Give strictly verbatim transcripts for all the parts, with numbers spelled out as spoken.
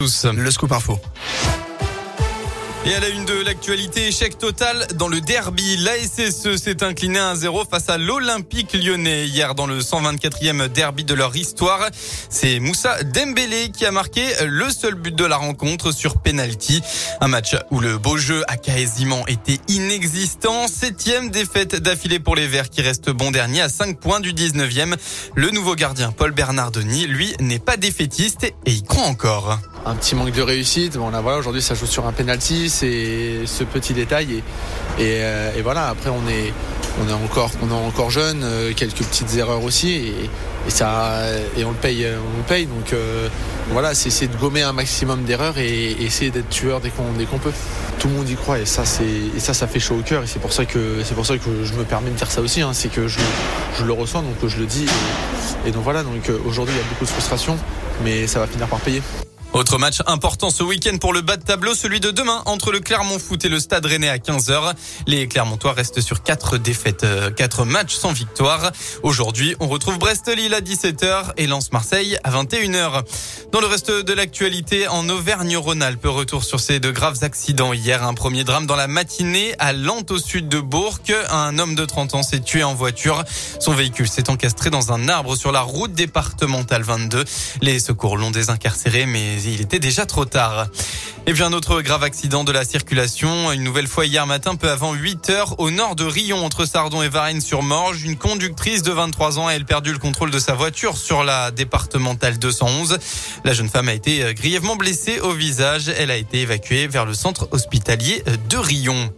tous. Le scoop info. Et à la une de l'actualité, échec total dans le derby. L'A S S E s'est incliné un zéro face à l'Olympique Lyonnais hier dans le cent vingt-quatrième derby de leur histoire. C'est Moussa Dembélé qui a marqué le seul but de la rencontre sur penalty. Un match où le beau jeu a quasiment été inexistant. Septième défaite d'affilée pour les Verts qui restent bon dernier à cinq points du dix-neuvième. Le nouveau gardien Paul Bernardoni, lui, n'est pas défaitiste et y croit encore. Un petit manque de réussite. Bon, là, voilà, aujourd'hui, ça joue sur un penalty. C'est ce petit détail. Et, et, euh, et voilà, après, on est, on est encore, on est encore jeune. Euh, quelques petites erreurs aussi. Et, et, ça, et on le paye. On le paye. Donc, euh, voilà, c'est essayer de gommer un maximum d'erreurs et, et essayer d'être tueur dès qu'on, dès qu'on peut. Tout le monde y croit. Et ça, c'est, et ça, ça fait chaud au cœur. Et c'est pour ça que, c'est pour ça que je me permets de dire ça aussi. Hein, c'est que je, je le ressens, donc je le dis. Et, et donc, voilà. Donc, aujourd'hui, il y a beaucoup de frustration. Mais ça va finir par payer. Autre match important ce week-end pour le bas de tableau, celui de demain entre le Clermont Foot et le Stade Rennais à quinze heures. Les Clermontois restent sur quatre défaites, quatre matchs sans victoire. Aujourd'hui, on retrouve Brest-Lille à dix-sept heures et Lens-Marseille à vingt et une heures. Dans le reste de l'actualité, en Auvergne-Rhône-Alpes, retour sur ces deux graves accidents hier. Un premier drame dans la matinée à Lente au sud de Bourg. Un homme de trente ans s'est tué en voiture. Son véhicule s'est encastré dans un arbre sur la route départementale vingt-deux. Les secours l'ont désincarcéré, mais il était déjà trop tard. Et puis un autre grave accident de la circulation, une nouvelle fois hier matin, peu avant huit heures, au nord de Rion, entre Sardon et Varennes-sur-Morge. Une conductrice de vingt-trois ans a elle perdu le contrôle de sa voiture sur la départementale deux cent onze. La jeune femme a été grièvement blessée au visage. Elle a été évacuée vers le centre hospitalier de Rion.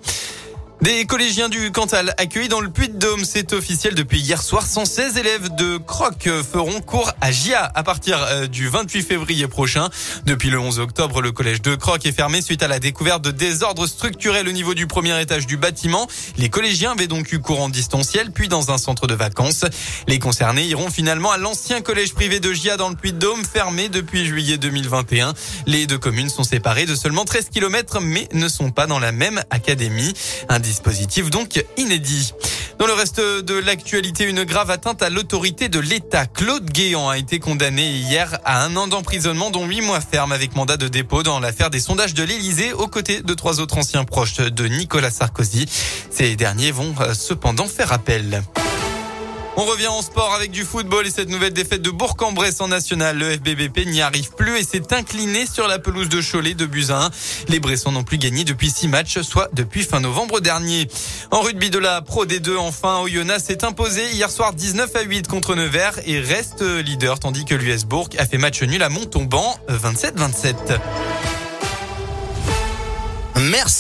Des collégiens du Cantal accueillis dans le Puy-de-Dôme, c'est officiel depuis hier soir. cent seize élèves de Croc feront cours à J A à partir du vingt-huit février prochain. Depuis le onze octobre, le collège de Croc est fermé suite à la découverte de désordres structurels au niveau du premier étage du bâtiment. Les collégiens avaient donc eu cours en distanciel, puis dans un centre de vacances. Les concernés iront finalement à l'ancien collège privé de J A dans le Puy-de-Dôme, fermé depuis juillet deux mille vingt et un. Les deux communes sont séparées de seulement treize kilomètres, mais ne sont pas dans la même académie. Un dispositif donc inédit. Dans le reste de l'actualité, une grave atteinte à l'autorité de l'État. Claude Guéant a été condamné hier à un an d'emprisonnement, dont huit mois ferme avec mandat de dépôt dans l'affaire des sondages de l'Élysée, aux côtés de trois autres anciens proches de Nicolas Sarkozy. Ces derniers vont cependant faire appel. On revient en sport avec du football et cette nouvelle défaite de Bourg-en-Bresse en national. Le F B B P n'y arrive plus et s'est incliné sur la pelouse de Cholet de buts à un. Les Bressons n'ont plus gagné depuis six matchs, soit depuis fin novembre dernier. En rugby de la Pro D deux, enfin, Oyonnax s'est imposé hier soir dix-neuf à huit contre Nevers et reste leader, tandis que l'U S Bourg a fait match nul à Montauban vingt-sept vingt-sept. Merci.